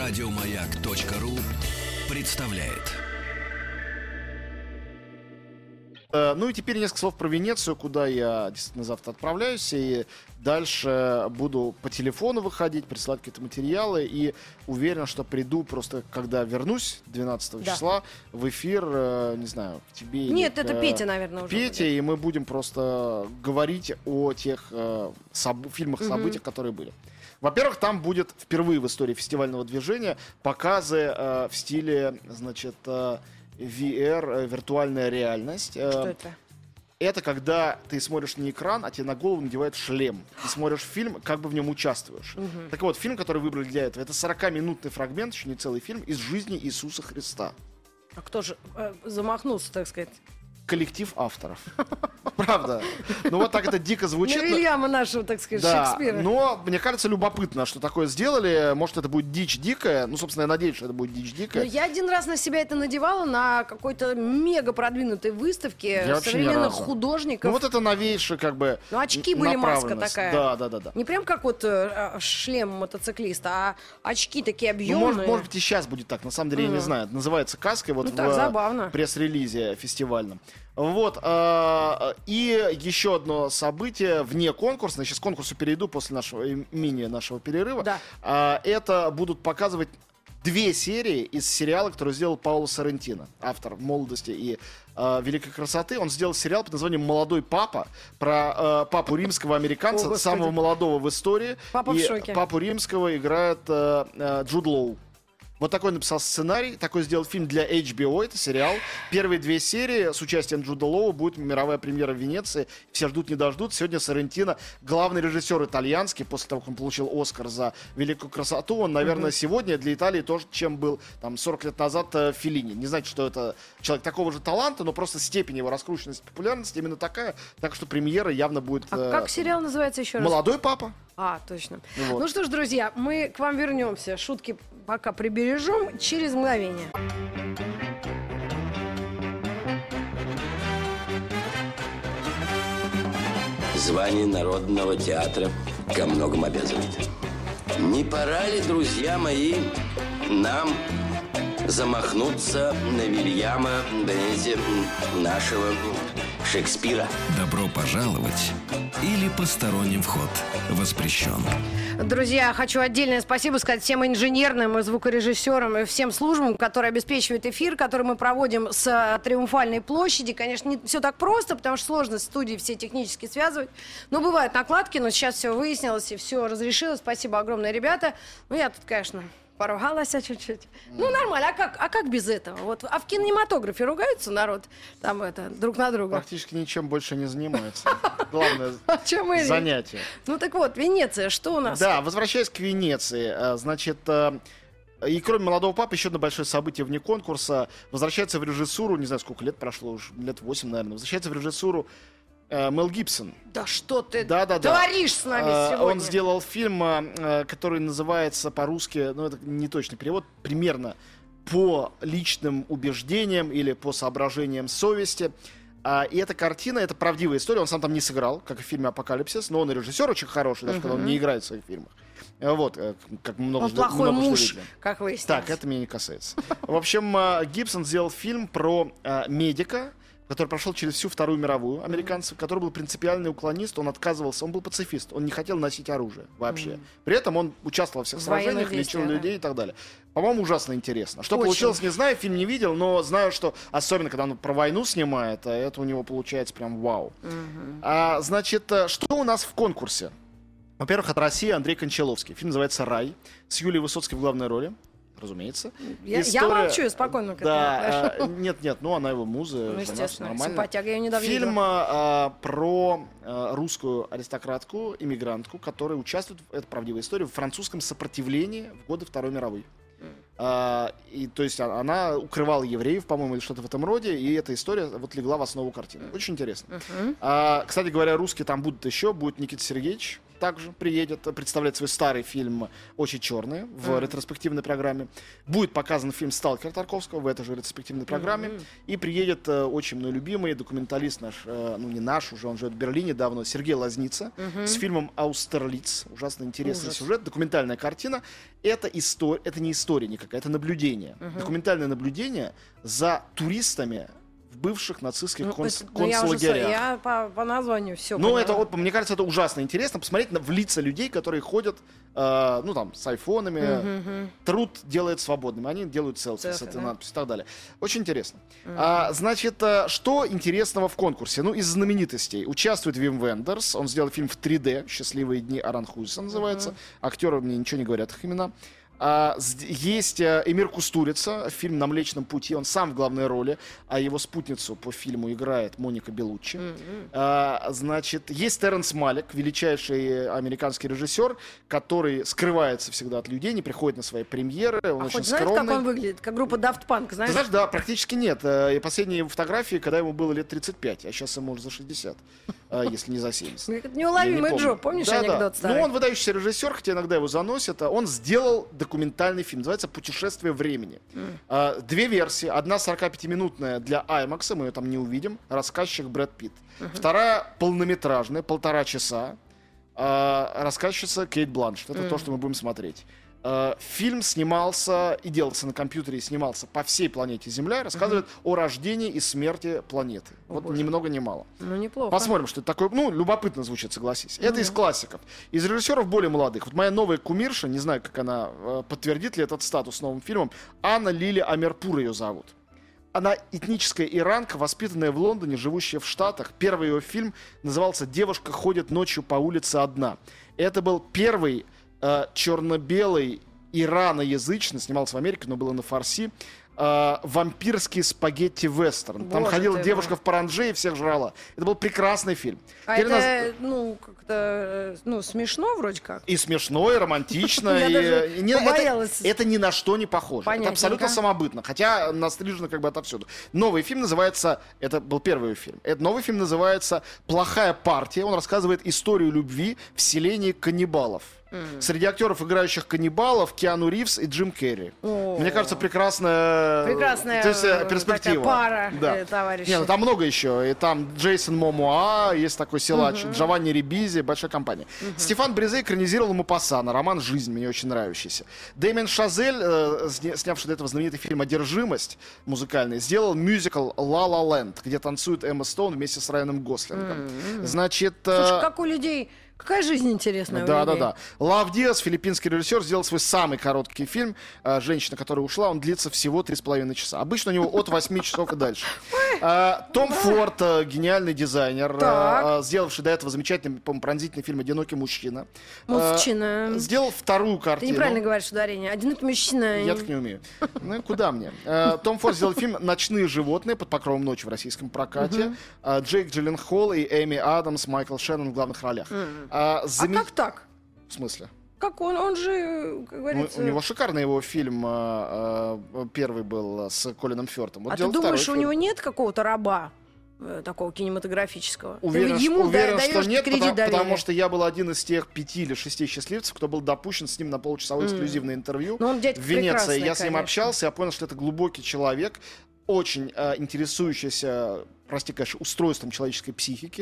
Радиомаяк.ру представляет. Ну и теперь несколько слов про Венецию, куда я действительно завтра отправляюсь. И дальше буду по телефону выходить, присылать какие-то материалы. И уверен, что приду просто, когда вернусь 12 числа в эфир, не знаю, к тебе. Нет, это Петя, наверное, уже. Петя, и мы будем просто говорить о тех фильмах, событиях, которые были. Во-первых, там будет впервые в истории фестивального движения показы в стиле, значит, VR, виртуальная реальность. Что это? Это когда ты смотришь на экран, а тебе на голову надевают шлем. Ты смотришь фильм, как бы в нем участвуешь. Так вот, фильм, который выбрали для этого, это 40-минутный фрагмент, еще не целый фильм, из жизни Иисуса Христа. А кто же замахнулся, так сказать? Коллектив авторов. Правда. Ну вот так это дико звучит. На Вильяма нашего, так сказать, Шекспира. Но мне кажется любопытно, что такое сделали. Может, это будет дичь дикая. Ну, собственно, я надеюсь, что это будет дичь дикая. Но я один раз на себя это надевала на какой-то мега продвинутой выставке современных художников. Ну вот это новейшая как бы Ну очки были, маска такая. Да. Не прям как вот шлем мотоциклиста, а очки такие объемные. Ну, может быть, и сейчас будет так. На самом деле, я не знаю. Это называется каской вот в пресс-релизе фестивальном. Вот, и еще одно событие вне конкурса. Сейчас к конкурсу перейду после нашего перерыва. Да. Это будут показывать 2 серии из сериала, который сделал Паоло Соррентино, автор «Молодости» и «Великой красоты». Он сделал сериал под названием «Молодой папа», про папу римского американца, самого молодого в истории. Папа в шоке. Папу римского играет Джуд Лоу. Вот такой написал сценарий, такой сделал фильм для HBO, это сериал. Первые 2 серии с участием Джуда Лоу, будет мировая премьера в Венеции. Все ждут, не дождут. Сегодня Соррентино, главный режиссер итальянский, после того, как он получил Оскар за «Великую красоту», он, наверное, сегодня для Италии тоже, чем был там 40 лет назад Феллини. Не значит, что это человек такого же таланта, но просто степень его раскрученности, популярности именно такая. Так что премьера явно будет... как сериал называется еще раз? «Молодой папа». Точно. Вот. Ну что ж, друзья, мы к вам вернемся. Шутки пока прибережем через мгновение. Звание Народного театра ко многому обязывает. Не пора ли, друзья мои, нам замахнуться на Вильяма, знаете, нашего Шекспира? Добро пожаловать или посторонним вход воспрещен. Друзья, хочу отдельное спасибо сказать всем инженерным и звукорежиссерам и всем службам, которые обеспечивают эфир, который мы проводим с Триумфальной площади. Конечно, не все так просто, потому что сложно с студией все технически связывать. Но бывают накладки, но сейчас все выяснилось и все разрешилось. Спасибо огромное, ребята. Ну, я тут, конечно, поругалась чуть-чуть. Ну, нормально. А как без этого? Вот, а в кинематографе ругаются народ там друг на друга? Практически ничем больше не занимается. Главное занятие. Ну так вот, Венеция, что у нас? Да, возвращаясь к Венеции, значит, и кроме «Молодого папы» еще одно большое событие вне конкурса. Возвращается в режиссуру, не знаю, сколько лет прошло, уже лет 8, наверное. Возвращается в режиссуру Мел Гибсон. Да что ты творишь с нами сегодня? Он сделал фильм, который называется по-русски, ну это не точный перевод, примерно «По личным убеждениям» или «По соображениям совести». И эта картина, это правдивая история, он сам там не сыграл, как в фильме «Апокалипсис», но он и режиссер очень хороший, даже когда он не играет в своих фильмах. Вот, как много он плохой муж, видели. как выяснилось. Так, это меня не касается. В общем, Гибсон сделал фильм про медика, который прошел через всю Вторую мировую, американцев, который был принципиальный уклонист, он отказывался, он был пацифист, он не хотел носить оружие вообще. При этом он участвовал во всех сражениях, лечил людей и так далее. По-моему, ужасно интересно. Что получилось, не знаю, фильм не видел, но знаю, что особенно, когда он про войну снимает, это у него получается прям вау. Значит, что у нас в конкурсе? Во-первых, от России Андрей Кончаловский. Фильм называется «Рай» с Юлией Высоцкой в главной роли. Разумеется. Я молчу спокойно. Да, нет, ну она его муза. Ну, естественно, нормально. симпатяга, я ее недавно видела. Фильм про русскую аристократку, иммигрантку, которая участвует, это правдивая история, в французском сопротивлении в годы Второй мировой. И, то есть она укрывала евреев, по-моему, или что-то в этом роде, и эта история вот легла в основу картины. Очень интересно. Кстати говоря, русские там будут еще, будет Никита Сергеевич также приедет представлять свой старый фильм «Очи черные» в ретроспективной программе. Будет показан фильм «Сталкер» Тарковского в этой же ретроспективной программе. И приедет очень мной любимый документалист наш, ну не наш уже, он живет в Берлине давно, Сергей Лазница, с фильмом «Аустерлиц». Ужасно интересный сюжет, документальная картина. Это не история никакая, это наблюдение. Документальное наблюдение за туристами в бывших нацистских концлагерях. Я по названию все. Ну, это, вот, мне кажется, это ужасно интересно посмотреть в лица людей, которые ходят, ну, там, с айфонами. Труд делает свободным. Они делают селфи с этой надписью и так далее. Очень интересно. Значит, что интересного в конкурсе? Ну, из знаменитостей. Участвует Вим Вендерс. Он сделал фильм в 3D. «Счастливые дни» Аранхуйса называется. Актеры мне ничего не говорят, их имена. Есть Эмир Кустурица, фильм «На Млечном пути», он сам в главной роли, а его спутницу по фильму играет Моника Беллуччи. Значит, есть Терренс Малик, величайший американский режиссер, который скрывается всегда от людей, не приходит на свои премьеры, он очень хоть знаете, скромный. как он выглядит? Как группа Daft Punk, знаешь? Ты знаешь, да, практически нет. И последние его фотографии, когда ему было лет 35, а сейчас ему уже за 60, если не за 70. Неуловимый Джо, помнишь анекдот старый? Ну, он выдающийся режиссер, хотя иногда его заносят. Он сделал документальный фильм, называется «Путешествие времени». Две версии. Одна 45-минутная для IMAX, мы ее там не увидим, рассказчик Брэд Питт. Вторая полнометражная, 1,5 часа, рассказчица Кейт Бланшетт. Это то, что мы будем смотреть. Фильм снимался и делался на компьютере, и снимался по всей планете Земля, и рассказывает о рождении и смерти планеты. Вот ни много ни мало. Ну, неплохо. Посмотрим, что это такое. Ну, любопытно звучит, согласись. Это из классиков. Из режиссеров более молодых. Вот моя новая кумирша, не знаю, как она подтвердит ли этот статус новым фильмом, Анна Лили Амирпур ее зовут. Она этническая иранка, воспитанная в Лондоне, живущая в Штатах. Первый ее фильм назывался «Девушка ходит ночью по улице одна». Это был первый черно-белый, ираноязычный, снимался в Америке, но было на фарси, вампирский спагетти-вестерн. Там ходила девушка в паранже и всех жрала. Это был прекрасный фильм. А это, ну, как-то, ну, смешно вроде как. И смешно, и романтично. Это ни на что не похоже. Это абсолютно самобытно. Хотя настрижено как бы отовсюду. Новый фильм называется... Это был первый фильм. Новый фильм называется «Плохая партия». Он рассказывает историю любви в селении каннибалов. Среди актеров, играющих каннибалов, Киану Ривз и Джим Керри. Мне кажется, прекрасная перспектива. Пара товарищей. Нет, ну, там много еще. И там Джейсон Момоа, есть такой силач, Джованни Рибизи, большая компания. Стефан Брезе экранизировал Мопассана, роман «Жизнь», мне очень нравящийся. Дэмиан Шазель, снявший до этого знаменитый фильм «Одержимость» музыкальный, сделал мюзикл «Ла Ла Ленд», где танцует Эмма Стоун вместе с Райаном Гослингом. Значит... Слушай, как у людей... Какая жизнь интересная у людей. Да. Лав Диас, филиппинский режиссер, сделал свой самый короткий фильм «Женщина, которая ушла». Он длится всего 3,5 часа. Обычно у него от 8 часов и дальше. Том Форд, гениальный дизайнер, сделавший до этого замечательный, по-моему, пронзительный фильм «Одинокий мужчина». Мужчина. Сделал вторую картину. Ты неправильно говоришь ударение. «Одинокий мужчина». Я так не умею. Ну, куда мне? Том Форд сделал фильм «Ночные животные» под покровом ночи в российском прокате. Джейк Джилленхол и Эми Адамс, Майкл Шеннон в главных ролях. А как так? В смысле? Как он же, как говорится... У него шикарный его фильм, первый был с Колином Фёртом. Вот ты думаешь, у него нет какого-то раба такого кинематографического? Уверен, что нет, кредит потому что я был один из тех 5 или 6 счастливцев, кто был допущен с ним на полчасовое эксклюзивное интервью в Венеции. Я с ним общался, я понял, что это глубокий человек, очень интересующийся, прости, конечно, устройством человеческой психики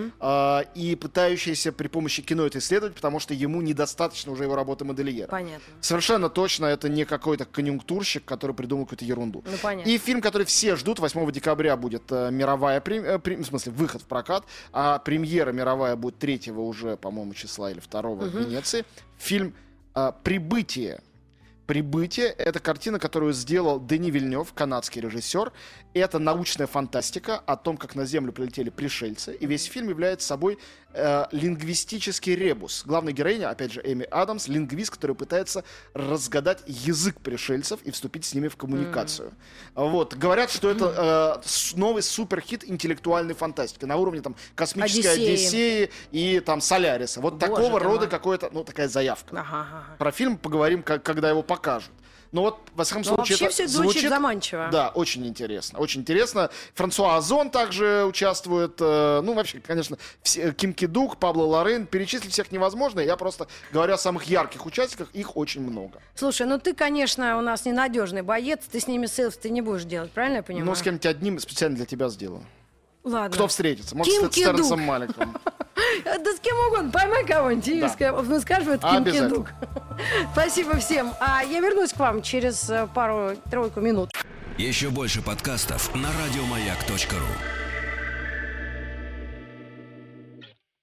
и пытающийся при помощи кино это исследовать, потому что ему недостаточно уже его работы модельера. Понятно. Совершенно точно это не какой-то конъюнктурщик, который придумал какую-то ерунду. Ну, понятно. И фильм, который все ждут, 8 декабря будет мировая в смысле, выход в прокат, а премьера мировая будет 3 уже, по-моему, числа или 2 в Венеции. Фильм «Прибытие». «Прибытие» — это картина, которую сделал Дени Вильнёв, канадский режиссер. Это научная фантастика о том, как на Землю прилетели пришельцы. И весь фильм является собой лингвистический ребус. Главная героиня, опять же, Эми Адамс, лингвист, который пытается разгадать язык пришельцев и вступить с ними в коммуникацию. Вот. Говорят, что это новый суперхит интеллектуальной фантастики на уровне там «Космической Одиссеи» и там «Соляриса». Вот такого рода какое-то, ну, такая заявка. Про фильм поговорим, когда его покажут. Но вот, во всяком Ну, случае, вообще это все звучит заманчиво. Да, очень интересно. Очень интересно. Франсуа Озон также участвует. Ну, вообще, конечно, Ким Ки-дук, Пабло Лорейн. Перечислить всех невозможно. Я просто говорю о самых ярких участниках. Их очень много. Слушай, ну ты, конечно, у нас ненадежный боец. Ты с ними селфи ты не будешь делать, правильно я понимаю? Ну, с кем-нибудь одним специально для тебя сделаю. Ладно. Кто встретится? Может, Ким с Терренсом Ки-дук. Маликом. Да с кем угодно, поймай кого-нибудь и скажешь, это Ким Ки-дук. Спасибо всем. А я вернусь к вам через пару-тройку минут. Еще больше подкастов на радиомаяк.ру.